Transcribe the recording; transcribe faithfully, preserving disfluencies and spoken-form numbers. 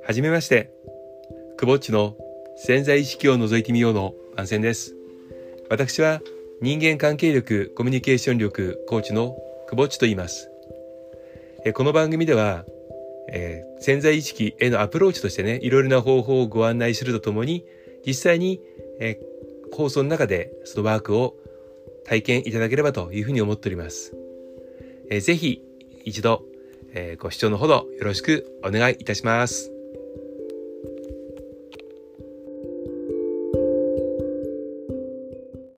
はじめまして、くぼっちの潜在意識を覗いてみようの番宣です。私は人間関係力、コミュニケーション力コーチのくぼっちと言います。えこの番組では、えー、潜在意識へのアプローチとしてね、いろいろな方法をご案内するとともに、実際に、えー、放送の中でそのワークを体験いただければというふうに思っております。えー、ぜひ一度、えー、ご視聴のほどよろしくお願いいたします。